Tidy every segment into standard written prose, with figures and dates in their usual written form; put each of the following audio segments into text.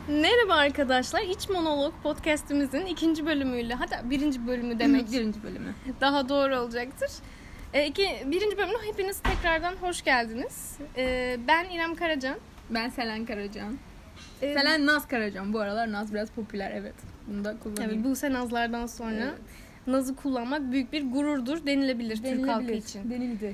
Merhaba arkadaşlar. İç Monolog podcastimizin ikinci bölümüyle, hatta birinci bölümü demek birinci bölümü daha doğru olacaktır. Birinci bölümüne hepiniz tekrardan hoş geldiniz. Ben İrem Karacan. Ben Selen Karacan. Selen Naz Karacan. Bu aralar Naz biraz popüler, evet. Bunu da kullanayım. Evet, Buse Nazlardan sonra Naz'ı kullanmak büyük bir gururdur denilebilir Türk halkı için. Denildi.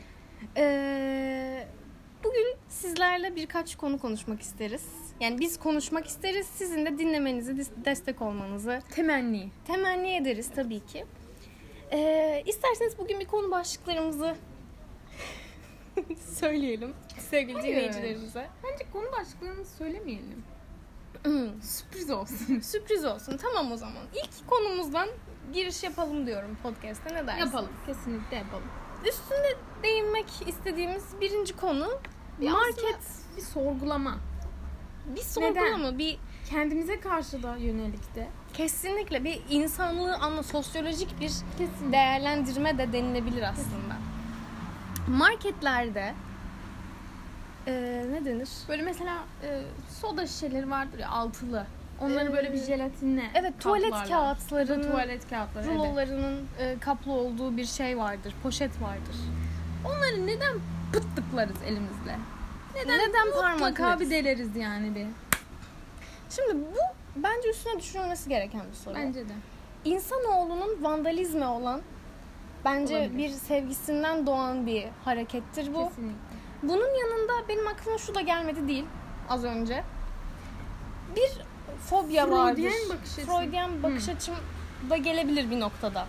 Bugün sizlerle birkaç konu konuşmak isteriz. Yani biz konuşmak isteriz, sizin de dinlemenizi, destek olmanızı temenni ederiz tabii ki. İsterseniz bugün bir konu başlıklarımızı söyleyelim sevgili dinleyicilerimize. Bence konu başlıklarını söylemeyelim. Sürpriz olsun. Sürpriz olsun. Tamam o zaman. İlk konumuzdan giriş yapalım diyorum podcast'te. Ne dersin? Yapalım. Kesinlikle yapalım. Üstüne değinmek istediğimiz birinci konu market. Bir sorgulama. Neden? Bir kendimize karşı da yönelik de. Kesinlikle bir insanlığı sosyolojik bir değerlendirme de denilebilir aslında. Marketlerde ne denir? Böyle mesela soda şişeleri vardır ya, altılı. Onları böyle bir jelatinle tuvalet kağıtları, rulolarının kaplı olduğu bir şey vardır, poşet vardır. Onları neden pıttıklarız elimizle? Neden parmakla bir deleriz yani bir. Şimdi bu bence üstüne düşünülmesi gereken bir soru. Bence de. İnsanoğlunun vandalizme olan bence olabilir. Bir sevgisinden doğan bir harekettir bu. Kesinlikle. Bunun yanında benim aklıma şu da gelmedi değil az önce. Bir fobya vardır. Freudian bakış açım da gelebilir bir noktada.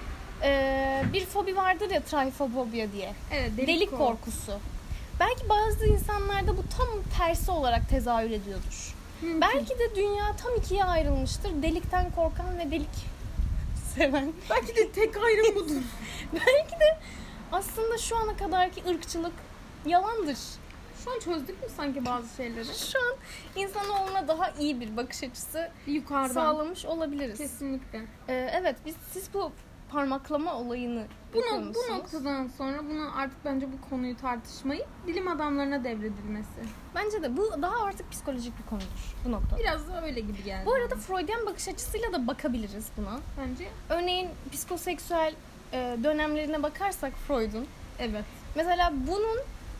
Bir fobi vardır ya, trifobia diye. Evet, delik korkusu. Belki bazı insanlarda bu tam tersi olarak tezahür ediyordur. Belki de dünya tam ikiye ayrılmıştır. Delikten korkan ve delik seven. Belki de tek ayrım budur. Belki de aslında şu ana kadarki ırkçılık yalandır. Şu an çözdük mü sanki bazı şeyleri? Şu an insanoğluna daha iyi bir bakış açısı yukarıdan sağlamış olabiliriz. Kesinlikle. Evet, siz bu parmaklama olayını bu noktadan sonra bunu artık bence bu konuyu tartışmayı bilim adamlarına devredilmesi. Bence de bu daha artık psikolojik bir konudur bu noktada. Biraz da öyle gibi geldi. Bu arada Freudian bakış açısıyla da bakabiliriz buna. Bence. Örneğin psikoseksüel dönemlerine bakarsak Freud'un. Evet. Mesela bunun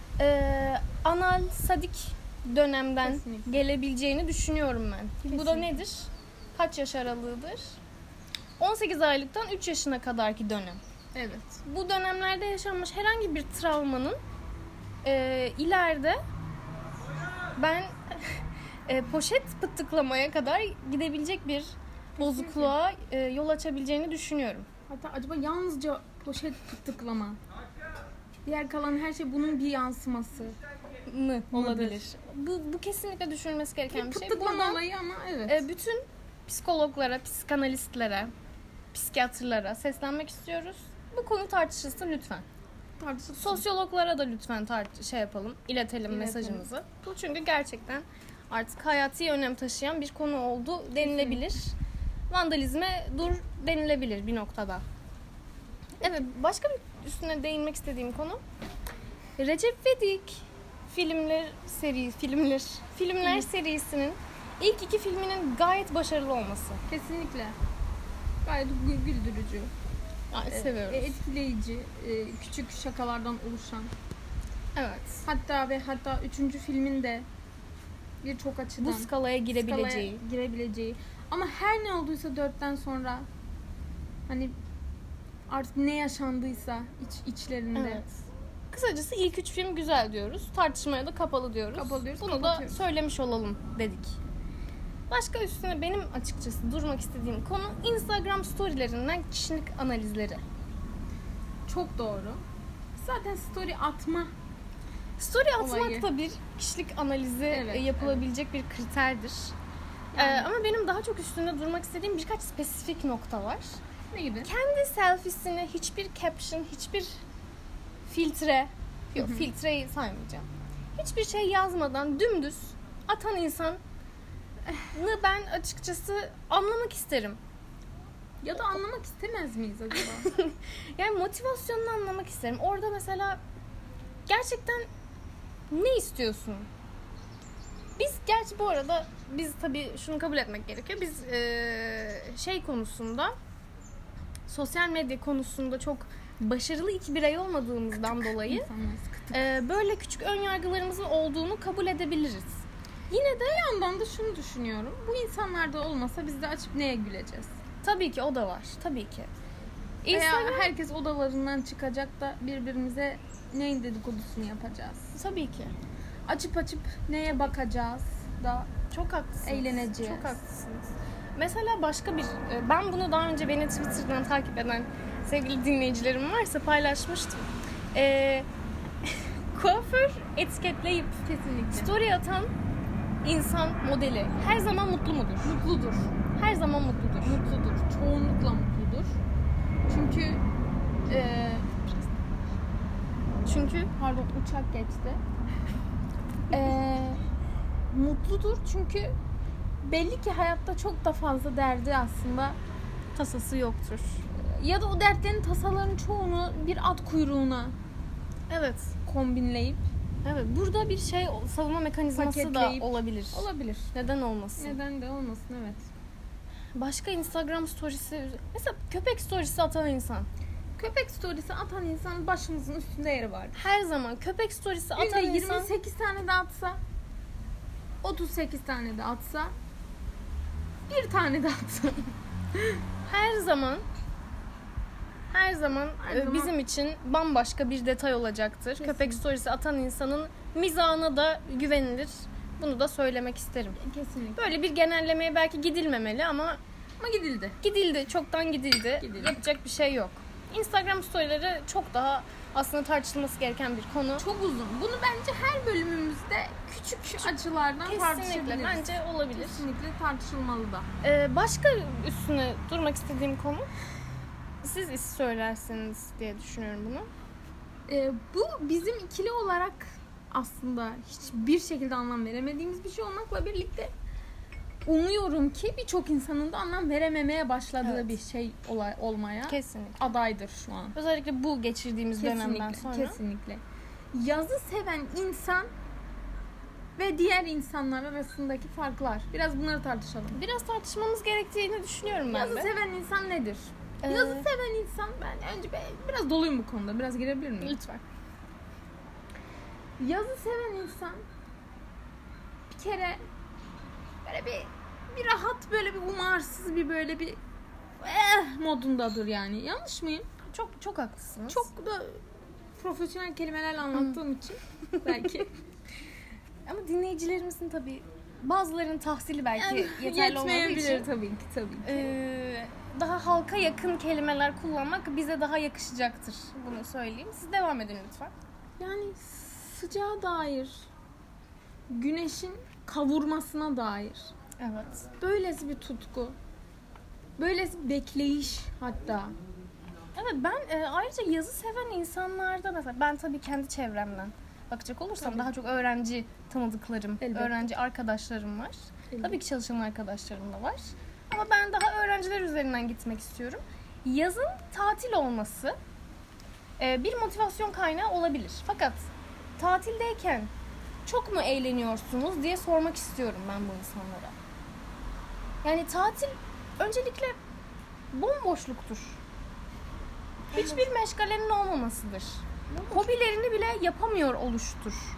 anal sadik dönemden gelebileceğini düşünüyorum ben. Kesinlikle. Bu da nedir? Kaç yaş aralığıdır? 18 aylıktan 3 yaşına kadarki dönem. Evet. Bu dönemlerde yaşanmış herhangi bir travmanın ileride ben poşet pıttıklamaya kadar gidebilecek bir bozukluğa yol açabileceğini düşünüyorum. Hatta acaba yalnızca poşet pıttıklama, diğer kalan her şey bunun bir yansıması mı olabilir? Bu kesinlikle düşünülmesi gereken bir şey. Pıttıklama olayı ama evet. Bütün psikologlara, psikanalistlere, psikiyatrlara seslenmek istiyoruz. Bu konu tartışılsın lütfen. Sosyologlara da lütfen iletelim mesajımızı. Bu çünkü gerçekten artık hayati önem taşıyan bir konu oldu denilebilir. Vandalizme dur denilebilir bir noktada. Evet, başka bir üstüne değinmek istediğim konu Recep İvedik filmler serisinin ilk 2 filminin gayet başarılı olması. Kesinlikle. Gayet güldürücü. Seviyoruz. Etkileyici, küçük şakalardan oluşan. Evet. Hatta 3. filmin de birçok açıdan bu skalaya girebileceği. Ama her ne olduysa 4'ten sonra hani artık ne yaşandıysa içlerinde. Evet. Kısacası ilk 3 film güzel diyoruz. Tartışmaya da kapalı diyoruz. Bunu da söylemiş olalım dedik. Başka üstüne benim açıkçası durmak istediğim konu Instagram storylerinden kişilik analizleri. Çok doğru. Zaten story atmak da bir kişilik analizi yapılabilecek bir kriterdir. Ama benim daha çok üstünde durmak istediğim birkaç spesifik nokta var. Ne gibi? Kendi selfiesine hiçbir caption, hiçbir filtre, filtreyi saymayacağım. Hiçbir şey yazmadan dümdüz atan insan ben açıkçası anlamak isterim. Ya da anlamak istemez miyiz acaba? Yani motivasyonunu anlamak isterim. Orada mesela gerçekten ne istiyorsun? Biz gerçi bu arada biz tabii şunu kabul etmek gerekiyor. Biz şey konusunda, sosyal medya konusunda çok başarılı iki birey olmadığımızdan dolayı böyle küçük ön yargılarımızın olduğunu kabul edebiliriz. Yine de bir yandan da şunu düşünüyorum. Bu insanlar da olmasa biz de açıp neye güleceğiz? Tabii ki o da var. Tabii ki. Veya herkes odalarından çıkacak da birbirimize neyin dedikodusunu yapacağız. Tabii ki. Açıp neye bakacağız da çok haklısınız. Eğleneceğiz. Çok haklısınız. Mesela başka bir, ben bunu daha önce beni Twitter'dan takip eden sevgili dinleyicilerim varsa paylaşmıştım. Kuaför etiketleyip kesinlikle story atan insan modeli her zaman mutlu mudur? Mutludur. Her zaman mutludur. Mutludur. Çoğunlukla mutludur. Çünkü pardon, uçak geçti. Mutludur çünkü belli ki hayatta çok da fazla derdi aslında Tasası yoktur. Ya da o dertlerin, tasaların çoğunu bir at kuyruğuna Evet. kombinleyip burada bir şey savunma mekanizması da olabilir. Olabilir. Neden olmasın? Neden de olmasın, evet. Başka Instagram storiesi, mesela köpek storiesi atan insan. Köpek storiesi atan insan başımızın üstünde yeri vardır. Her zaman köpek storiesi atan günde insan 28 tane de atsa, 38 tane de atsa, bir tane de atsa her zaman bizim için bambaşka bir detay olacaktır. Kesinlikle. Köpek storiesi atan insanın mizahına da güvenilir. Bunu da söylemek isterim. Kesinlikle. Böyle bir genellemeye belki gidilmemeli ama gidildi. Gidildi, çoktan gidildi. Yapacak bir şey yok. Instagram storyleri çok daha aslında tartışılması gereken bir konu. Çok uzun. Bunu bence her bölümümüzde küçük açılardan tartışabiliriz. Kesinlikle bence olabilir. Kesinlikle tartışılmalı da. Başka üstüne durmak istediğim konu, siz söylersiniz diye düşünüyorum bunu. Bu bizim ikili olarak aslında hiçbir şekilde anlam veremediğimiz bir şey olmakla birlikte umuyorum ki birçok insanın da anlam verememeye başladığı bir şey olmaya kesinlikle adaydır şu an. Özellikle bu geçirdiğimiz dönemden sonra. Kesinlikle. Yazı seven insan ve diğer insanlar arasındaki farklar. Biraz bunları tartışalım. Biraz tartışmamız gerektiğini düşünüyorum ben Yazı de. seven insan nedir? Yazı seven insan, ben önce biraz doluyum bu konuda. Biraz girebilir miyim? Lütfen. Yazı seven insan bir kere böyle bir rahat, böyle bir umarsız, bir böyle bir modundadır yani. Yanlış mıyım? Çok haklısınız. Çok da profesyonel kelimelerle anlattığım için belki. Ama dinleyicilerimizin tabii bazılarının tahsili belki yeterli olmadığı için tabii ki. Daha halka yakın kelimeler kullanmak bize daha yakışacaktır. Bunu söyleyeyim. Siz devam edin lütfen. Yani sıcağa dair, güneşin kavurmasına dair. Evet. Böylesi bir tutku. Böylesi bir bekleyiş hatta. Evet, ben ayrıca yazı seven insanlarda mesela ben tabii kendi çevremden bakacak olursam daha çok öğrenci tanıdıklarım, öğrenci arkadaşlarım var. Tabii ki çalışan arkadaşlarım da var. Ama ben daha öğrenciler üzerinden gitmek istiyorum. Yazın tatil olması bir motivasyon kaynağı olabilir. Fakat tatildeyken çok mu eğleniyorsunuz diye sormak istiyorum ben bu insanlara. Yani tatil öncelikle bomboşluktur. Hiçbir meşgalenin olmamasıdır. Hobilerini bile yapamıyor oluştur.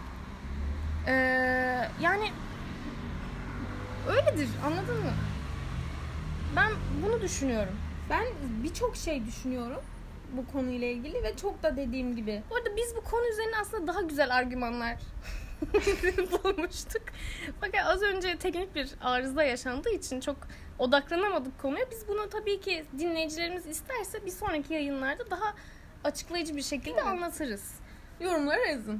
Yani öyledir, anladın mı? Ben bunu düşünüyorum. Ben birçok şey düşünüyorum bu konuyla ilgili ve çok da dediğim gibi. Bu arada biz bu konu üzerine aslında daha güzel argümanlar bulmuştuk. Fakat az önce teknik bir arıza yaşandığı için çok odaklanamadık konuya. Biz bunu tabii ki dinleyicilerimiz isterse bir sonraki yayınlarda daha açıklayıcı bir şekilde anlatırız. Yorumlara yazın.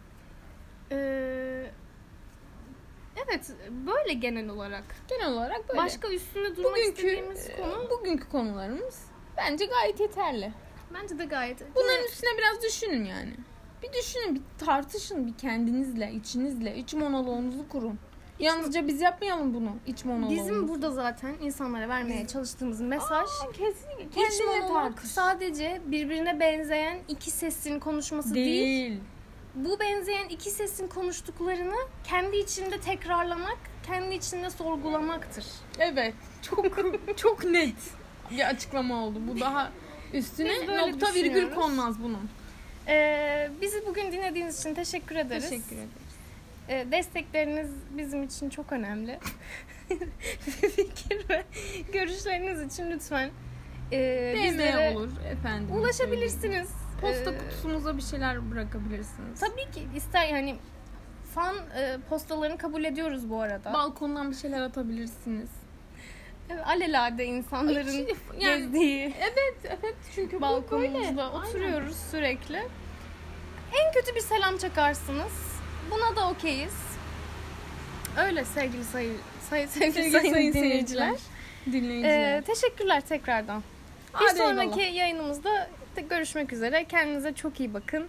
Evet, böyle genel olarak. Genel olarak böyle. Başka üstünde durmak istediğimiz konu. Bugünkü konularımız bence gayet yeterli. Bence de gayet. Bunların üstüne biraz düşünün yani. Bir düşünün, bir tartışın, bir kendinizle, içinizle, iç monoloğunuzu kurun. Yalnızca biz yapmayalım bunu, iç monoloğumuzu. Bizim burada zaten insanlara vermeye çalıştığımız mesaj kesinlikle iç monolog sadece birbirine benzeyen iki sesin konuşması değil. bu benzeyen iki sesin konuştuklarını kendi içinde tekrarlamak, kendi içinde sorgulamaktır. Evet. Çok net bir açıklama oldu. Bu daha üstüne nokta virgül konmaz bunun. Bizi bugün dinlediğiniz için teşekkür ederiz. Teşekkür ederiz. Destekleriniz bizim için çok önemli. Fikir ve görüşleriniz için lütfen bizlere olur efendim. ulaşabilirsiniz. Posta kutusumuza bir şeyler bırakabilirsiniz. Tabii ki ister yani fan postalarını kabul ediyoruz bu arada. Balkondan bir şeyler atabilirsiniz. Alelade insanların gezdiği Evet çünkü balkonumuzda oturuyoruz sürekli. En kötü bir selam çakarsınız. Buna da okeyiz. Öyle sevgili sayın dinleyiciler. Teşekkürler tekrardan. Bir sonraki yayınımızda görüşmek üzere. Kendinize çok iyi bakın.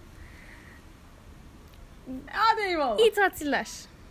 Hadi eyvallah. İyi tatiller.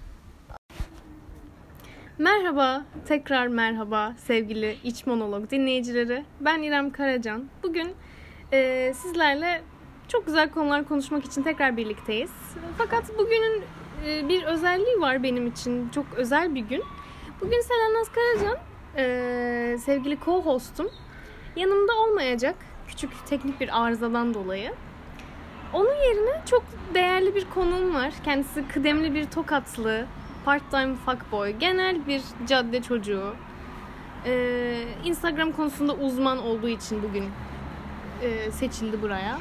Merhaba, tekrar merhaba sevgili İç Monolog dinleyicileri. Ben İrem Karacan. Bugün sizlerle çok güzel konular konuşmak için tekrar birlikteyiz. Fakat bugünün bir özelliği var benim için. Çok özel bir gün. Bugün Selenaz Karacan, sevgili co-hostum, yanımda olmayacak. Küçük teknik bir arızadan dolayı. Onun yerine çok değerli bir konuğum var. Kendisi kıdemli bir Tokatlı, part-time fuckboy, genel bir cadde çocuğu. Instagram konusunda uzman olduğu için bugün seçildi buraya.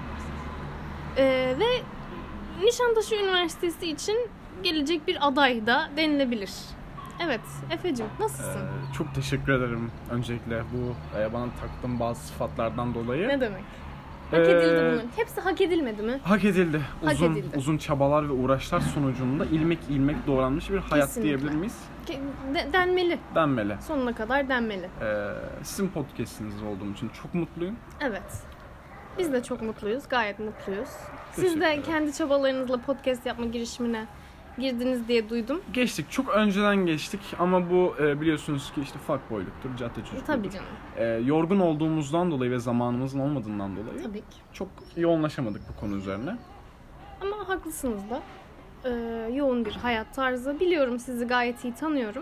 Ve Nişantaşı Üniversitesi için gelecek bir aday da denilebilir. Evet, Efe'cim nasılsın? Çok teşekkür ederim öncelikle bu bana taktığın bazı sıfatlardan dolayı. Ne demek? Hak edildi bunun. Hepsi hak edilmedi mi? Hak edildi. Edildi. Uzun çabalar ve uğraşlar sonucunda ilmek doğranmış bir hayat Kesinlikle diyebilir miyiz? Denmeli. Denmeli. Sonuna kadar denmeli. Sizin podcast'iniz olduğum için çok mutluyum. Evet. Biz de çok mutluyuz. Gayet mutluyuz. Siz de kendi çabalarınızla podcast yapma girişimine girdiniz diye duydum. Geçtik. Çok önceden geçtik ama bu biliyorsunuz ki işte fuckboyluktur, cadde çocukluğudur. Tabii canım. Yorgun olduğumuzdan dolayı ve zamanımızın olmadığından dolayı Tabii ki. çok yoğunlaşamadık bu konu üzerine. Ama haklısınız da. Yoğun bir hayat tarzı. Biliyorum, sizi gayet iyi tanıyorum.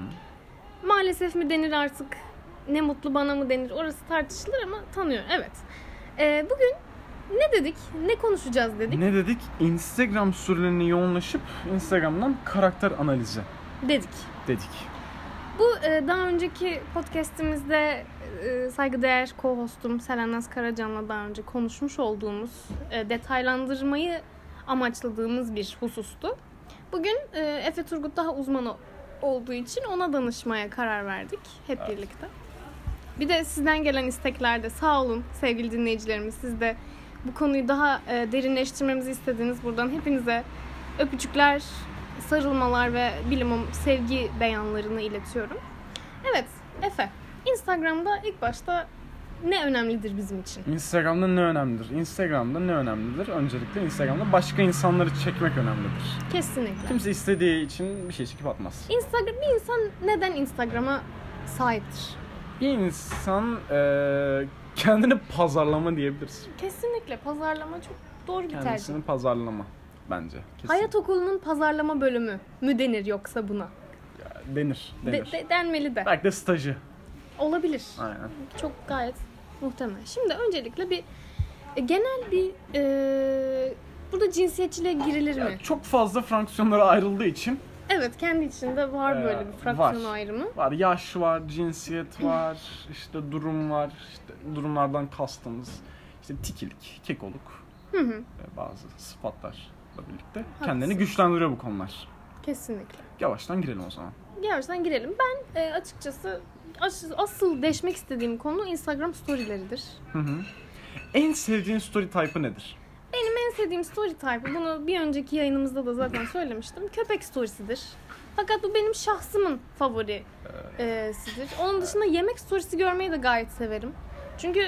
Maalesef mi denir artık, ne mutlu bana mı denir, orası tartışılır ama tanıyorum. Evet. Bugün ne dedik? Ne konuşacağız dedik? Ne dedik? Instagram sürelerine yoğunlaşıp Instagram'dan karakter analizi dedik. Bu daha önceki podcast'imizde saygıdeğer co-hostum Selenaz Karacan'la daha önce konuşmuş olduğumuz, detaylandırmayı amaçladığımız bir husustu. Bugün Efe Turgut daha uzman olduğu için ona danışmaya karar verdik hep birlikte. Bir de sizden gelen isteklerde sağ olun sevgili dinleyicilerimiz. Siz de bu konuyu daha derinleştirmemizi istediğiniz buradan hepinize öpücükler, sarılmalar ve bilimum sevgi beyanlarını iletiyorum. Evet Efe, Instagram'da ilk başta ne önemlidir bizim için? Instagram'da ne önemlidir? Öncelikle Instagram'da başka insanları çekmek önemlidir. Kesinlikle. Kimse istediği için bir şey çekip atmaz. Bir insan neden Instagram'a sahiptir? Bir insan kendini pazarlama diyebiliriz. Kesinlikle pazarlama çok doğru bir tercih. Kendisini pazarlama bence. Kesin. Hayat Okulu'nun pazarlama bölümü mü denir yoksa buna? Ya, denir. Denmeli de. Belki de stajı. Olabilir. Aynen. Çok gayet muhtemel. Şimdi öncelikle bir genel bir burada cinsiyetçiliğe girilir mi? Çok fazla fraksiyonlara ayrıldığı için. Evet, kendi içinde var böyle bir fraksiyon ayrımı. Var. Yaş var, cinsiyet var, işte durum var. İşte durumlardan kastımız işte tikilik, kekoluk. Bazı sıfatlarla birlikte kendini güçlendiriyor bu konular. Kesinlikle. Yavaştan girelim o zaman. Yavaştan girelim. Ben açıkçası asıl deşmek istediğim konu Instagram storyleridir. En sevdiğin story type'ı nedir? Benim en sevdiğim story type'ı, bunu bir önceki yayınımızda da zaten söylemiştim. Köpek storiesidir. Fakat bu benim şahsımın favorisidir. Onun dışında yemek storiesi görmeyi de gayet severim. Çünkü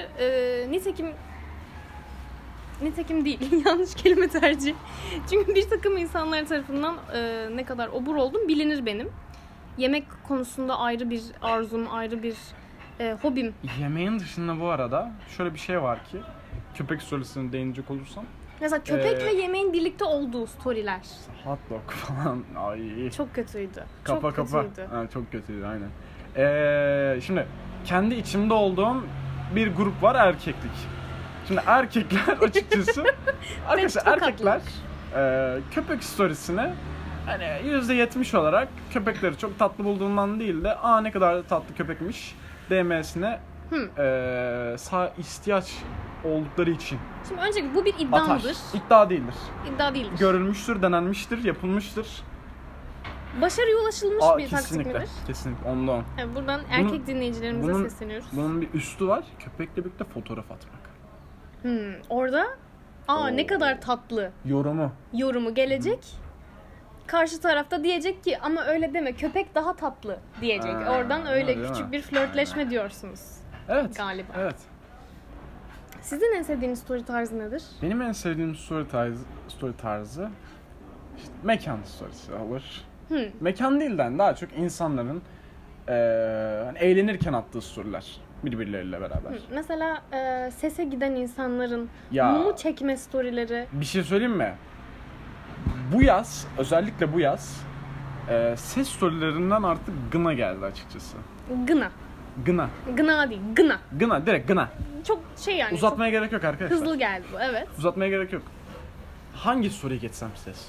nitekim değil, yanlış kelime tercih. Çünkü bir takım insanlar tarafından ne kadar obur oldum bilinir benim. Yemek konusunda ayrı bir arzum, ayrı bir hobim. Yemeğin dışında bu arada şöyle bir şey var ki, köpek storiesine değinecek olursam, Mesela köpekle yemeğin birlikte olduğu storyler. Hot dog falan. Ay. Çok kötüydü. Kapa. Çok kötüydü. Ha, çok kötüydü aynen. Şimdi kendi içimde olduğum bir grup var, erkeklik. Şimdi erkekler açıkçası arkadaşlar çok erkekler köpek storiesine hani %70 olarak köpekleri çok tatlı bulduğundan değil de ne kadar tatlı köpekmiş DM'sine ihtiyaç oldukları için Şimdi öncelikle bu bir atar. iddia mıdır? İddia değildir. İddia değildir. Görülmüştür, denenmiştir, yapılmıştır. Başarıya ulaşılmış bir taktik Kesinlikle. midir? Kesinlikle. Ondan. Yani buradan erkek dinleyicilerimize sesleniyoruz. Bunun bir üstü var. Köpekle birlikte fotoğraf atmak. Orada ne kadar tatlı yorumu gelecek. Karşı tarafta diyecek ki ama öyle deme, köpek daha tatlı diyecek. Oradan öyle küçük bir flörtleşme diyorsunuz. Evet. Galiba. Evet. Sizin en sevdiğiniz story tarzı nedir? Benim en sevdiğim story tarzı işte mekan storiesi olur. Mekan değilden daha çok insanların hani eğlenirken attığı storyler birbirleriyle beraber. Mesela sese giden insanların Ya, mumu çekme storyleri. Bir şey söyleyeyim mi? Bu yaz, özellikle bu yaz ses storylerinden artık gına geldi açıkçası. Gına. Gına değil, gına. Gına, direkt gına. Çok yani. Uzatmaya gerek yok arkadaşlar. Hızlı geldi bu, evet. Uzatmaya gerek yok. Hangi soruyu geçsem ses?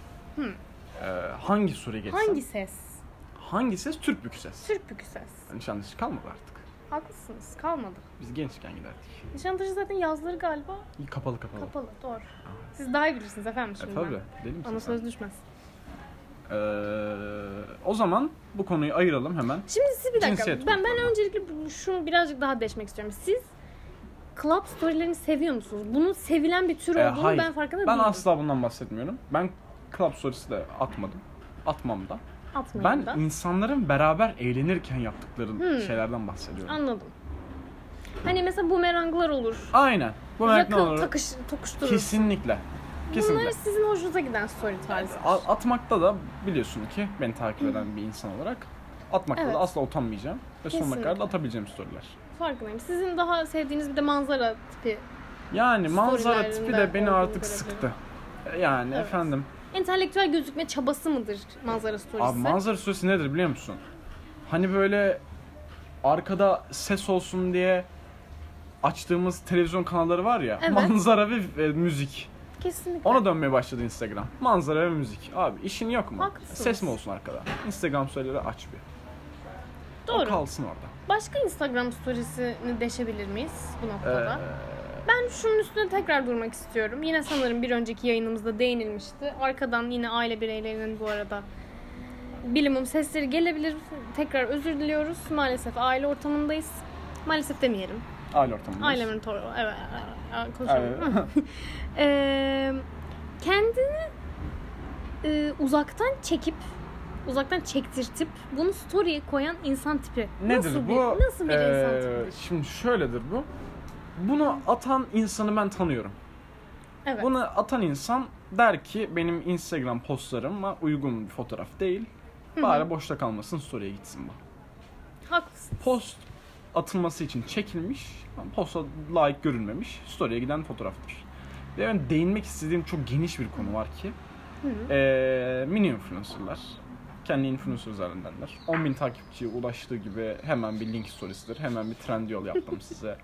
Hangi soruyu geçsem? Hangi ses? Hangi ses? Türk bükü ses. Türk bükü ses. Nişantaşı kalmadı artık. Haklısınız, kalmadı. Biz gençken giderdik. Nişantaşı zaten yazları galiba Kapalı. kapalı, doğru. Siz daha iyi bilirsiniz efendim şimdi. Tabii. Deli misin Bana sen? söz düşmez. O zaman bu konuyu ayıralım hemen. Şimdi siz bir dakika. Cinsiyet Ben konusunda. öncelikle şunu birazcık daha deşmek istiyorum. Siz club storylerini seviyor musunuz? Bunun sevilen bir tür olduğunu Hayır. ben farkında değilim. Ben asla bundan bahsetmiyorum. Ben club storiesi de atmadım. Atmam da. Atmayayım Ben da. insanların beraber eğlenirken yaptıkları şeylerden bahsediyorum. Anladım. Hani mesela bumeranglar olur. Aynen. Bu ne Rakı olur? tokuşturur. Kesinlikle. Bunlar sizin hoşunuza giden story tarzı. Atmakta da biliyorsun ki beni takip eden bir insan olarak atmakta Evet. da asla utanmayacağım. Ve sonuna Kesinlikle. kadar da atabileceğim storyler. Farkındayım. Sizin daha sevdiğiniz bir de manzara tipi. Yani manzara tipi Storylerinde de beni olduğunu artık görebilirim. sıktı. Yani Evet. efendim. Entelektüel gözükme çabası mıdır manzara storiesi? Abi manzara storiesi nedir biliyor musun? Hani böyle arkada ses olsun diye açtığımız televizyon kanalları var ya. Evet. Manzara ve müzik. Kesinlikle. Ona dönmeye başladı Instagram. Manzara ve müzik. Abi işin yok mu? Haklısınız. Ses mi olsun arkada? Instagram storyleri aç bir. O Doğru. kalsın orada. Başka Instagram storiesini deşebilir miyiz bu noktada? Ee, Ben şunun üstüne tekrar durmak istiyorum. Yine sanırım bir önceki yayınımızda değinilmişti. Arkadan yine aile bireylerinin bu arada bilimum sesleri gelebilir. Tekrar özür diliyoruz. Maalesef aile ortamındayız. Maalesef demeyelim. Aile ortamındayız. Ailemin evet, konuşalım. Kendini uzaktan çektirtip bunu story'e koyan insan tipi. Nedir nasıl bu? Nasıl bir insan tipidir? Şimdi şöyledir bu. Bunu atan insanı ben tanıyorum. Evet. Bunu atan insan der ki benim Instagram postlarıma uygun bir fotoğraf değil. Bari boşta kalmasın, story'e gitsin bu. Haklısın. Post atılması için çekilmiş, posta layık görülmemiş, story'e giden fotoğraftır. Ve ben değinmek istediğim çok geniş bir konu var ki mini influencerlar, kendi influencer üzerindenler. 10.000 takipçiye ulaştığı gibi hemen bir link storiesidir, hemen bir trendyol yaptım size.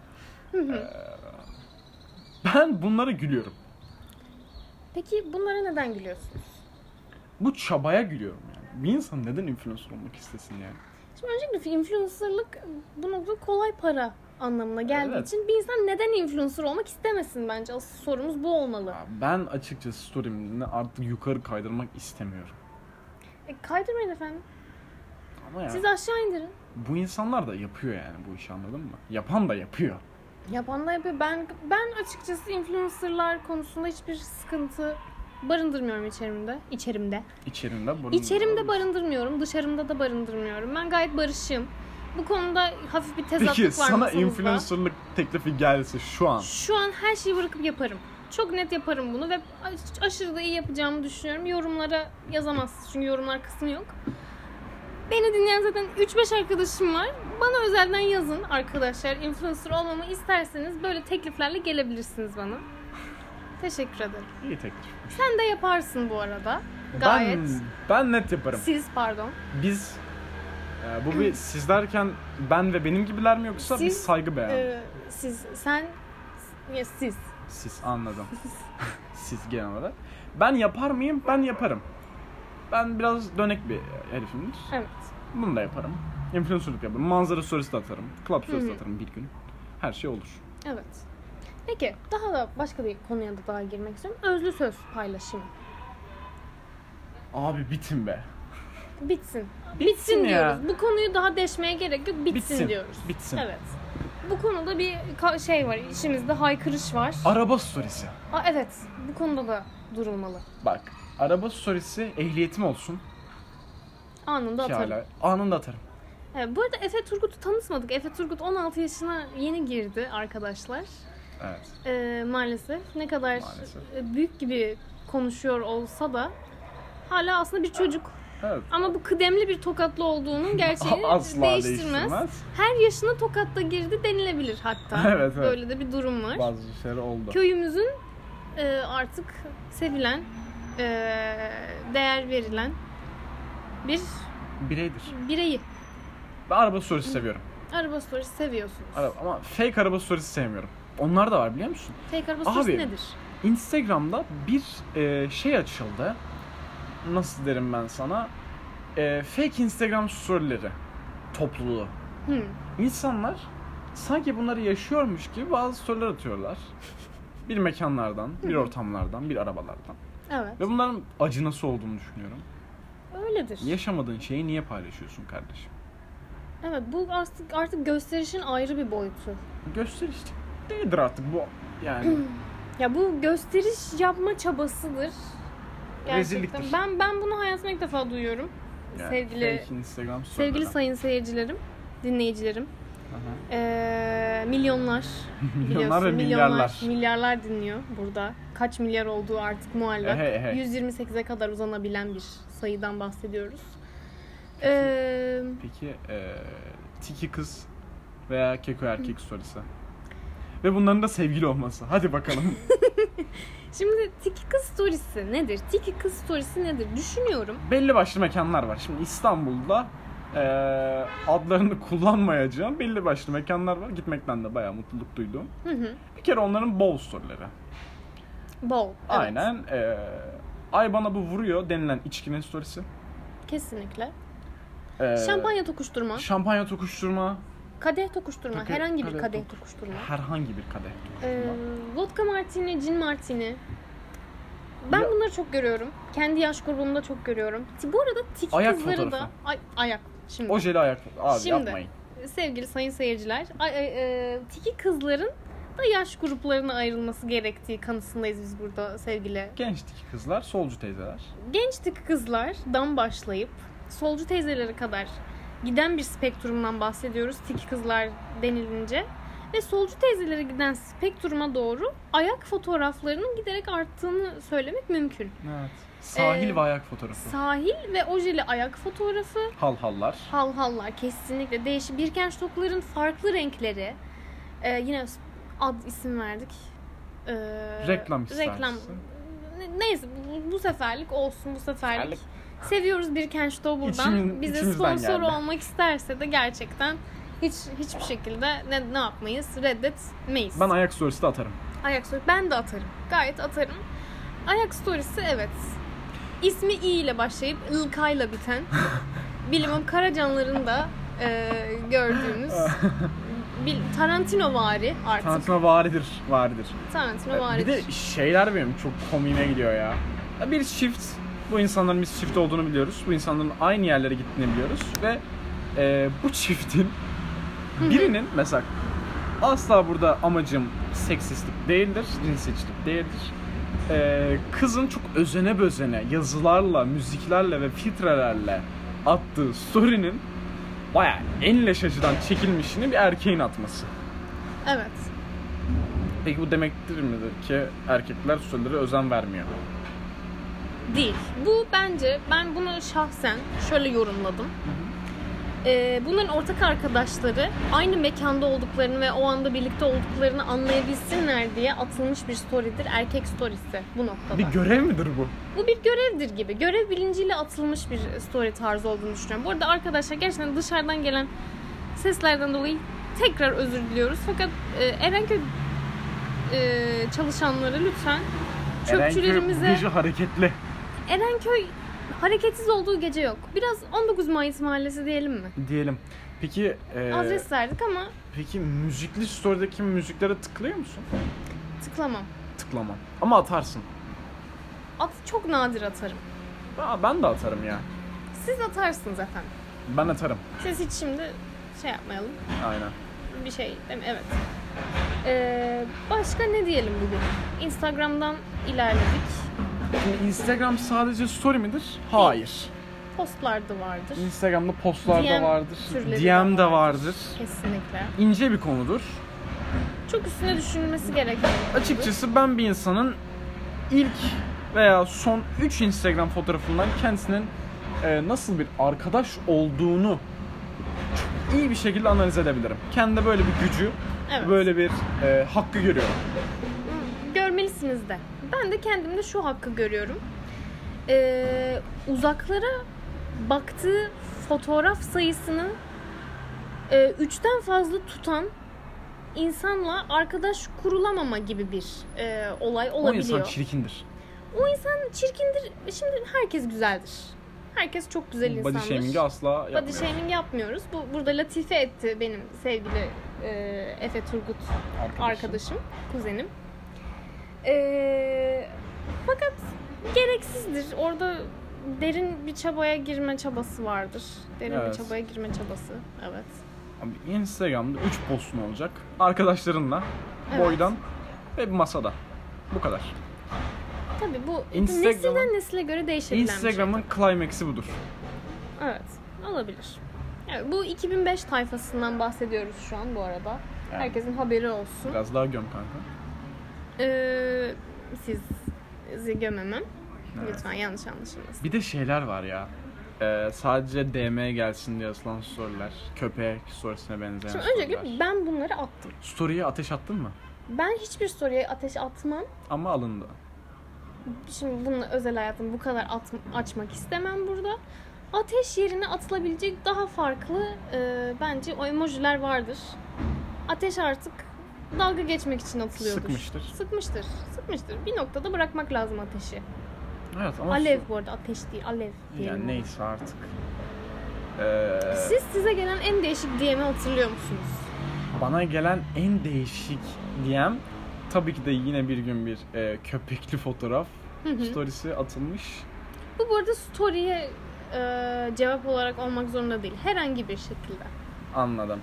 Ben bunlara gülüyorum. Peki bunlara neden gülüyorsunuz? Bu çabaya gülüyorum yani. Bir insan neden influencer olmak istesin yani? Şimdi öncelikle influencerlık bu noktada kolay para anlamına geldiği Evet. için bir insan neden influencer olmak istemesin bence. Asıl sorumuz bu olmalı. Ben açıkçası story'imde artık yukarı kaydırmak istemiyorum. Kaydırmayın efendim. Ama yani Siz aşağı indirin. bu insanlar da yapıyor yani bu işi, anladın mı? Yapan da yapıyor. Yapan da yapıyor. Ben açıkçası influencerlar konusunda hiçbir sıkıntı barındırmıyorum içerimde. İçerimde barındırmıyorum. Dışarımda da barındırmıyorum. Ben gayet barışığım. Bu konuda hafif bir tezatlık Peki var sana masamızda. influencerlık teklifi gelse şu an. Şu an her şeyi bırakıp yaparım. Çok net yaparım bunu ve aşırı da iyi yapacağımı düşünüyorum. Yorumlara yazamazsınız çünkü yorumlar kısmı yok. Beni dinleyen zaten 3-5 arkadaşım var. Bana özelden yazın arkadaşlar. Influencer olmamı isterseniz böyle tekliflerle gelebilirsiniz bana. Teşekkür ederim. İyi teklif. Sen de yaparsın bu arada. Gayet. Ben net yaparım. Siz pardon. Biz bu bir siz derken ben ve benim gibiler mi yoksa Siz, bir saygı beyanı? Sen ya siz. Siz anladım. Siz genel olarak. Ben yapar mıyım? Ben yaparım. Ben biraz dönek bir herifimdir. Evet. Bunu da yaparım. Influencer'lık yaparım. Manzara story'si de atarım. Club story'si de atarım bir gün. Her şey olur. Evet. Peki daha da başka bir konuya da daha girmek istiyorum. Özlü söz paylaşımı. Abi bitin be. Bitsin. Bitsin ya. Diyoruz. Bu konuyu daha deşmeye gerek yok. Bitsin diyoruz. Bitsin. Evet. Bu konuda bir şey var. İçimizde haykırış var. Araba storiesi. Evet. Bu konuda da durulmalı. Bak. Araba storiesi ehliyetim olsun. Anında Ki atarım. hala anında atarım. Evet, bu arada Efe Turgut'u tanıtmadık. Efe Turgut 16 yaşına yeni girdi arkadaşlar. Evet. Maalesef. Ne kadar Maalesef. büyük gibi konuşuyor olsa da hala aslında bir çocuk. Evet. Ama bu kıdemli bir tokatlı olduğunun gerçeğini Asla değiştirmez. Her yaşına tokatta girdi denilebilir hatta. Evet. Böyle de bir durum var. Bazı şeyler oldu. Köyümüzün artık sevilen, değer verilen bir Bireydir. bireyi. Ben araba storiesi seviyorum. Araba storiesi seviyorsunuz. Ama fake araba storiesi sevmiyorum. Onlar da var biliyor musun? Fake araba storiesi Abi, nedir? Instagram'da bir şey açıldı. Nasıl derim ben sana? Fake Instagram storyleri topluluğu. İnsanlar sanki bunları yaşıyormuş gibi bazı storyler atıyorlar. Bir mekanlardan, bir ortamlardan, bir arabalardan. Evet. Ve bunların acınası olduğunu düşünüyorum. Öyledir. Yaşamadığın şeyi niye paylaşıyorsun kardeşim? Evet, bu artık gösterişin ayrı bir boyutu. Gösteriş değildir artık bu yani. Ya bu gösteriş yapma çabasıdır. Gerçekten. Rezilliktir. Ben bunu hayatımda ilk defa duyuyorum. Yani Sevgili fake Instagram storyleri. sevgili sayın seyircilerim, dinleyicilerim. Aha. Milyonlar Milyonlar ve biliyorsun, milyarlar dinliyor burada. Kaç milyar olduğu artık muallak. Hey. 128'e kadar uzanabilen bir sayıdan bahsediyoruz. Peki tiki kız veya keko erkek storiesi. Ve bunların da sevgili olması. Hadi bakalım. Şimdi Tiki Kız Storiesi nedir? Tiki Kız Storiesi nedir? Düşünüyorum. Belli başlı mekanlar var. Şimdi İstanbul'da adlarını kullanmayacağım belli başlı mekanlar var. Gitmekten de bayağı mutluluk duydum. Bir kere onların bol storyleri. Bol. Evet. Aynen. Ay bana bu vuruyor denilen içkinin storiesi. Kesinlikle. Şampanya tokuşturma. Şampanya tokuşturma. Kadeh tokuşturma. Herhangi bir kadeh tokuşturma. Herhangi bir kadeh tokuşturma. Vodka martini, gin martini. Ben bunları çok görüyorum. Kendi yaş grubumda çok görüyorum. Bu arada tiki Ayak kızları fotoğrafı. da... Ayak. Şimdi. Ojeli ayak. Abi Şimdi, yapmayın. Sevgili sayın seyirciler, tiki kızların da yaş gruplarına ayrılması gerektiği kanısındayız biz burada sevgili. Genç tiki kızlar, solcu teyzeler. Genç tiki kızlardan başlayıp solcu teyzelere kadar giden bir spektrumdan bahsediyoruz tiki kızlar denilince. Ve solcu teyzelere giden spektruma doğru ayak fotoğraflarının giderek arttığını söylemek mümkün. Evet. Sahil ve ayak fotoğrafı. Sahil ve ojeli ayak fotoğrafı. Halhallar. Halhallar kesinlikle. Değişik Birkenstock'ların farklı renkleri. Yine isim verdik. Reklam istersin. Reklam. Neyse bu seferlik olsun bu seferlik. Seviyoruz Birkenstock buradan. Bize sponsor geldi. olmak isterse de gerçekten hiçbir şekilde ne yapmayız? Reddetmeyiz. Ben ayak storiesi de atarım. Ayak story ben de atarım. Gayet atarım. Ayak storiesi evet. İsmi İ ile başlayıp ılkayla biten bilimum Karacanların da gördüğümüz Tarantino-vari artık. Tarantino-varidir. Tarantino-varidir. Bir de şeyler benim çok komiğime gidiyor ya. Bir çift. Bu insanların bir çift olduğunu biliyoruz. Bu insanların aynı yerlere gittiğini biliyoruz. Ve bu çiftin birinin mesela asla burada amacım seksistlik değildir, cinsiyetçilik değildir. Kızın çok özene bözene yazılarla, müziklerle ve filtrelerle attığı story'nin bayağı en leş açıdan çekilmişini bir erkeğin atması. Evet. Peki bu demektir midir ki erkekler storylere özen vermiyor? Değil. Bu bence ben bunu şahsen şöyle yorumladım. Bunların ortak arkadaşları aynı mekanda olduklarını ve o anda birlikte olduklarını anlayabilsinler diye atılmış bir story'dir. Erkek story'si bu noktada. Bir görev midir bu? Bu bir görevdir gibi. Görev bilinciyle atılmış bir story tarzı olduğunu düşünüyorum. Bu arada arkadaşlar gerçekten dışarıdan gelen seslerden dolayı tekrar özür diliyoruz. Fakat Erenköy çalışanları lütfen çöpçülerimize... Erenköy bu gece hareketli. Erenköy hareketsiz olduğu gece yok. Biraz 19 Mayıs Mahallesi diyelim mi? Diyelim. Peki Adres verdik ama peki müzikli story'deki müziklere tıklıyor musun? tıklamam. Tıklamam. Ama atarsın. Çok nadir atarım. Ben de atarım ya. Siz atarsınız efendim. Ben atarım. Siz hiç şimdi şey yapmayalım. Aynen. Bir şey değil mi? Evet. Başka ne diyelim bugün? Instagram'dan ilerledik. Şimdi Instagram sadece story midir? Hayır. Postlar da vardır. Instagram'da postlar da DM vardır. türleri DM de de vardır. Kesinlikle. İnce bir konudur. Çok üstüne düşünülmesi gereken bir konudur. Açıkçası ben bir insanın ilk veya son 3 Instagram fotoğrafından kendisinin nasıl bir arkadaş olduğunu çok iyi bir şekilde analiz edebilirim. Kendimde böyle bir gücü, Evet. böyle bir hakkı görüyorum. Görmelisiniz de. Ben de kendimde şu hakkı görüyorum. Uzaklara baktığı fotoğraf sayısını 3'ten fazla tutan insanla arkadaş kurulamama gibi bir olay olabiliyor. O insan çirkindir. O insan çirkindir. Şimdi herkes güzeldir. Herkes çok güzel insandır. Body shaming'i asla Body yapmıyoruz. shaming yapmıyoruz. Burada latife etti benim sevgili Efe Turgut arkadaşım, kuzenim. Fakat gereksizdir. Orada derin bir çabaya girme çabası vardır. Derin Evet. bir çabaya girme çabası. Evet. Abi Instagram'da 3 postun olacak. Arkadaşlarınla, Evet. boydan ve bir masada. Bu kadar. Tabii bu Instagram'ın- nesilden nesile göre değişebilen Instagram'ın climax'i budur. bir şey. Evet. Olabilir. Evet, bu 2005 tayfasından bahsediyoruz şu an bu arada. Yani. Herkesin haberi olsun. Biraz daha göm kanka. Sizi gömemem. Evet. Lütfen yanlış anlaşılmasın. Bir de şeyler var ya. Sadece DM'ye gelsin diye atılan storyler. Köpek storiesine benzeyen Şimdi storyler. öncelikle ben bunları attım. Story'ye ateş attın mı? Ben hiçbir story'e ateş atmam. Ama alındı. Şimdi bununla özel hayatımı bu kadar açmak istemem burada. Ateş yerine atılabilecek daha farklı bence o emojiler vardır. Ateş artık dalga geçmek için atılıyordur. Sıkmıştır. Sıkmıştır. Bir noktada bırakmak lazım ateşi. Evet ama Alev bu arada, ateş değil, alev diyelim. yani neyse artık. Size gelen en değişik DM'i hatırlıyor musunuz? Bana gelen en değişik DM tabii ki de yine bir gün bir köpekli fotoğraf storiesi atılmış. Bu arada story'e cevap olarak olmak zorunda değil. Herhangi bir şekilde. Anladım.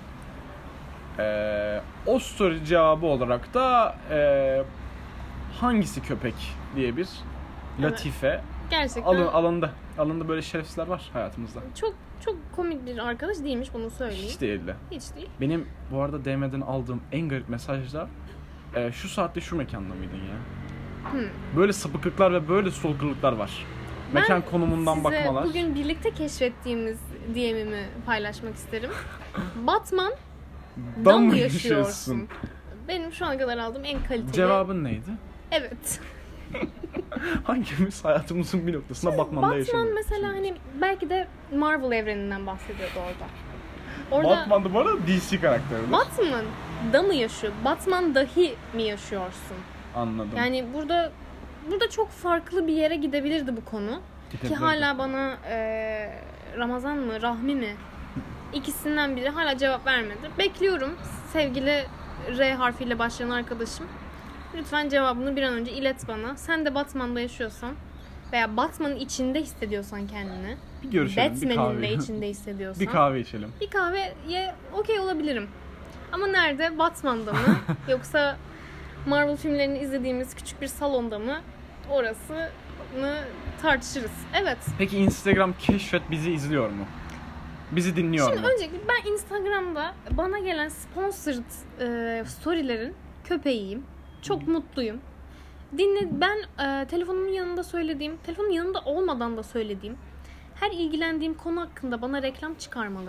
O story cevabı olarak da hangisi köpek diye bir latife Gerçekten alındı böyle şerefsizler var hayatımızda. çok komik bir arkadaş değilmiş, bunu söyleyeyim. Hiç değildi. Hiç değil. Benim bu arada DM'den aldığım en garip mesajda şu saatte şu mekanda mıydın ya? Böyle sapıklıklar ve böyle stalkerlıklar var. Mekan konumundan bakmalar. Size bugün birlikte keşfettiğimiz DM'imi paylaşmak isterim. Batman Dan mı mı yaşıyorsun? Benim şu ana kadar aldığım en kaliteli. Cevabın neydi? Evet. Hangimiz hayatımızın bir noktasında Batman'da yaşıyoruz? Batman mesela hani belki de Marvel evreninden bahsediyordu orada. Batman'da bu arada DC karakteri. Batman'da mı yaşıyor? Batman dahi mi yaşıyorsun? Anladım. Yani burada çok farklı bir yere gidebilirdi bu konu. Ki hala bana Ramazan mı, Rahmi mi? İkisinden biri hala cevap vermedi. Bekliyorum sevgili R harfiyle başlayan arkadaşım. Lütfen cevabını bir an önce ilet bana. Sen de Batman'da yaşıyorsan veya Batman'ın içinde hissediyorsan kendini. Bir görüşelim, bir Batman'in kahve. de içinde hissediyorsan. Bir kahve içelim. Bir kahveye okey olabilirim. Ama nerede? Batman'da mı? Yoksa Marvel filmlerini izlediğimiz küçük bir salonda mı? Orasını tartışırız. Evet. Peki Instagram keşfet bizi izliyor mu? Bizi dinliyor Şimdi mu? öncelikle ben Instagram'da bana gelen sponsored storylerin köpeğiyim. Çok mutluyum. Ben telefonumun yanında söylediğim, telefonun yanında olmadan da söylediğim her ilgilendiğim konu hakkında bana reklam çıkarmaları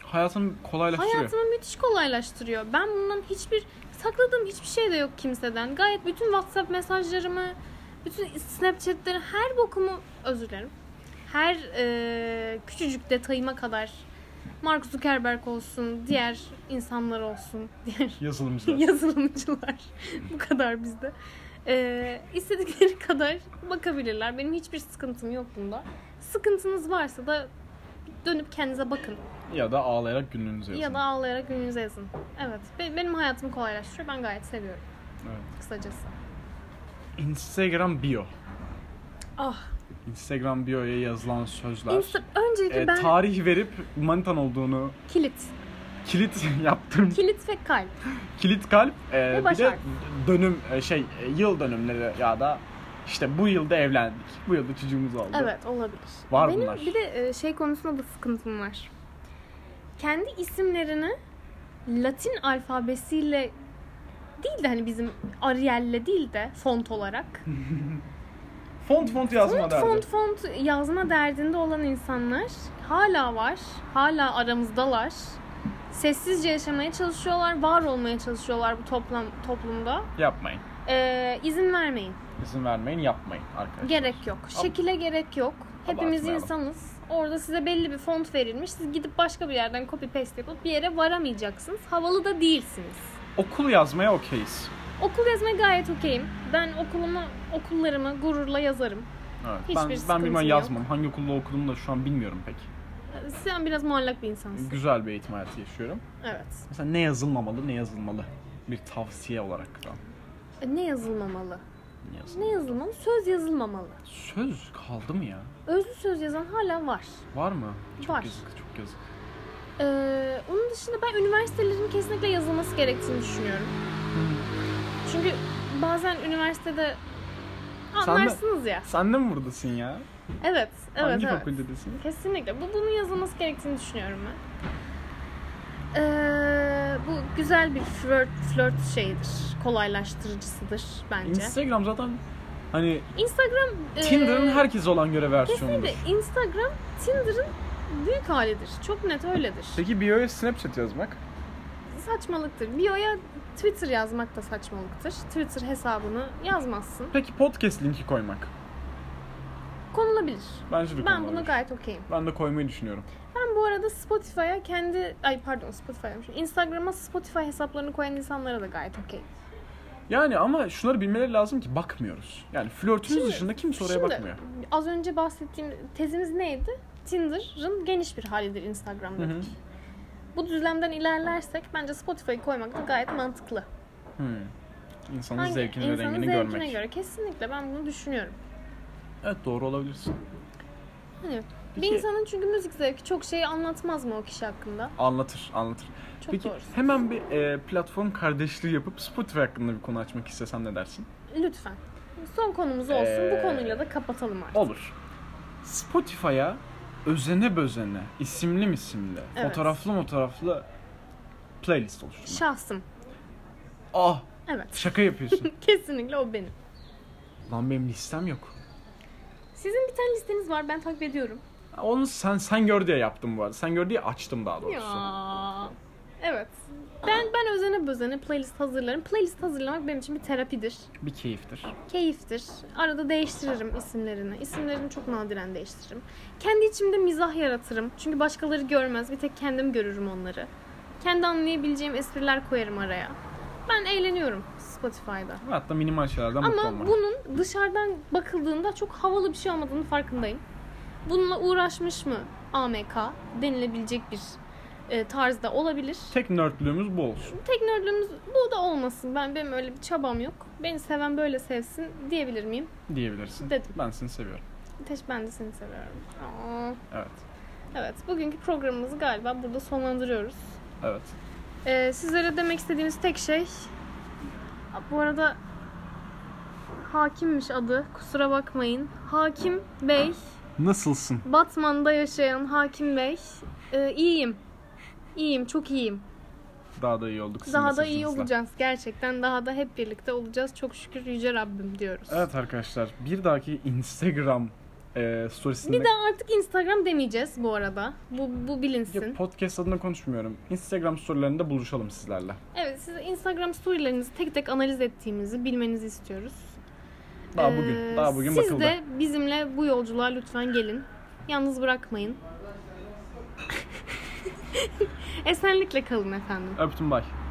hayatını kolaylaştırıyor. Hayatımı müthiş kolaylaştırıyor. Ben bundan sakladığım hiçbir şey de yok kimseden. Gayet bütün WhatsApp mesajlarımı, bütün Snapchat'leri, her bokumu, özür dilerim, her küçücük detayıma kadar, Mark Zuckerberg olsun, diğer insanlar olsun, diğer yazılımcılar bu kadar bizde. İstedikleri kadar bakabilirler. Benim hiçbir sıkıntım yok bunda. Sıkıntınız varsa da dönüp kendinize bakın. Ya da ağlayarak gününüze yazın. Evet. Benim hayatımı kolaylaştırıyor. Ben gayet seviyorum. Evet. Kısacası. Instagram bio. Ah. Instagram bio'ya yazılan sözler. Öncelikle ben... Tarih verip manitan olduğunu... Kilit yaptım. Kilit ve kalp. Kilit kalp. Ve Bir de dönüm, yıl dönümleri ya da işte bu yılda evlendik. Bu yılda çocuğumuz oldu. Evet, olabilir. Var bunlar. Benim bir de konusunda da sıkıntım var. Kendi isimlerini Latin alfabesiyle değil de hani bizim Arial'le değil de font olarak font yazma derdi. Font yazma derdinde olan insanlar hala var. Hala aramızdalar. Sessizce yaşamaya çalışıyorlar, var olmaya çalışıyorlar bu toplumda. Yapmayın. İzin vermeyin. İzin vermeyin, yapmayın arkadaşlar. Gerek yok. Şekile gerek yok. Hepimiz insanız. Orada size belli bir font verilmiş. Siz gidip başka bir yerden copy paste yapıp bir yere varamayacaksınız. Havalı da değilsiniz. Okul yazmaya okeyiz. Okul yazmaya gayet okeyim. Ben okullarımı gururla yazarım. Evet. Ben bilmem yazmam. Hangi okulda okuduğumu da şu an bilmiyorum pek. Sen biraz muallak bir insansın. Güzel bir eğitim hayatı yaşıyorum. Evet. Mesela ne yazılmamalı, ne yazılmalı? Bir tavsiye olarak da. Ne yazılmamalı? Ne yazılmalı? Söz yazılmamalı. Söz kaldı mı ya? Özlü söz yazan hala var. Var mı? Çok var. Yazık, çok yazık. Onun dışında ben üniversitelerin kesinlikle yazılması gerektiğini düşünüyorum. Çünkü bazen üniversitede anlarsınız ya. Sen de mi buradasın ya? Evet. Hangi fakültedesin? Kesinlikle. Bunun yazılması gerektiğini düşünüyorum ben. Bu güzel bir flört şeyidir. Kolaylaştırıcısıdır bence. Instagram zaten hani Instagram Tinder'ın herkese olan göre versiyonudur. Kesinlikle. Instagram Tinder'ın büyük halidir. Çok net öyledir. Peki bio'ya Snapchat yazmak? Saçmalıktır. Bio'ya Twitter yazmak da saçmalıktır. Twitter hesabını yazmazsın. Peki podcast linki koymak? Konulabilir. Bence de konulabilir. Ben buna gayet okeyim. Ben de koymayı düşünüyorum. Ben bu arada Spotify'a Instagram'a Spotify hesaplarını koyan insanlara da gayet okeyim. Yani ama şunları bilmeleri lazım ki bakmıyoruz. Yani flörtünüz dışında kimse oraya bakmıyor. Az önce bahsettiğim tezimiz neydi? Tinder'ın geniş bir halidir Instagram dedik. Bu düzlemden ilerlersek bence Spotify'ı koymak da gayet mantıklı. İnsanın zevkini ve rengini görmek. İnsanın zevkine göre kesinlikle ben bunu düşünüyorum. Evet, doğru olabilirsin. Hani bir insanın çünkü müzik zevki çok şey anlatmaz mı o kişi hakkında? Anlatır. Çok Peki doğrusu. hemen bir platform kardeşliği yapıp Spotify hakkında bir konu açmak istesen ne dersin? Lütfen. Son konumuz olsun. Bu konuyla da kapatalım artık. Olur. Spotify'a özene bözene, isimli evet. fotoğraflı playlist oluşturmak. Şahsım. Evet. Şaka yapıyorsun. Kesinlikle o benim. Lan benim listem yok. Sizin bir tane listeniz var, ben takip ediyorum. Onu sen gör diye yaptım bu arada. Sen gör diye açtım daha doğrusu. Ya. Evet. Ben özene bözene playlist hazırlarım. Playlist hazırlamak benim için bir terapidir. Bir keyiftir. Keyiftir. Arada değiştiririm isimlerini. İsimlerini çok nadiren değiştiririm. Kendi içimde mizah yaratırım. Çünkü başkaları görmez. Bir tek kendim görürüm onları. Kendi anlayabileceğim espriler koyarım araya. Ben eğleniyorum Spotify'da. Hatta minimal şeylerden mutlu olmak. Ama bunun dışarıdan bakıldığında çok havalı bir şey olmadığını farkındayım. Bununla uğraşmış mı AMK denilebilecek bir tarzda olabilir. Tek nerdlüğümüz bu olsun. Tek nerdlüğümüz bu da olmasın. Benim öyle bir çabam yok. Beni seven böyle sevsin diyebilir miyim? Diyebilirsin. Dedim. Ben seni seviyorum. Ben de seni seviyorum. Evet. Evet. Bugünkü programımızı galiba burada sonlandırıyoruz. Evet. Sizlere demek istediğimiz tek şey, bu arada Hakimmiş adı. Kusura bakmayın. Hakim Bey. Nasılsın? Batman'da yaşayan Hakim Bey. İyiyim. İyiyim. Çok iyiyim. Daha da iyi olduk. Daha da iyi olacağız. Gerçekten daha da hep birlikte olacağız. Çok şükür Yüce Rabbim diyoruz. Evet arkadaşlar. Bir dahaki Instagram storiesinde... Bir daha artık Instagram demeyeceğiz bu arada. Bu bilinsin. Yok, podcast adına konuşmuyorum. Instagram storylerinde buluşalım sizlerle. Evet, size Instagram storylerinizi tek tek analiz ettiğimizi bilmenizi istiyoruz. Daha bugün bakıldı. Siz de bizimle bu yolculuğa lütfen gelin. Yalnız bırakmayın. Esenlikle kalın efendim. Öptüm, bye.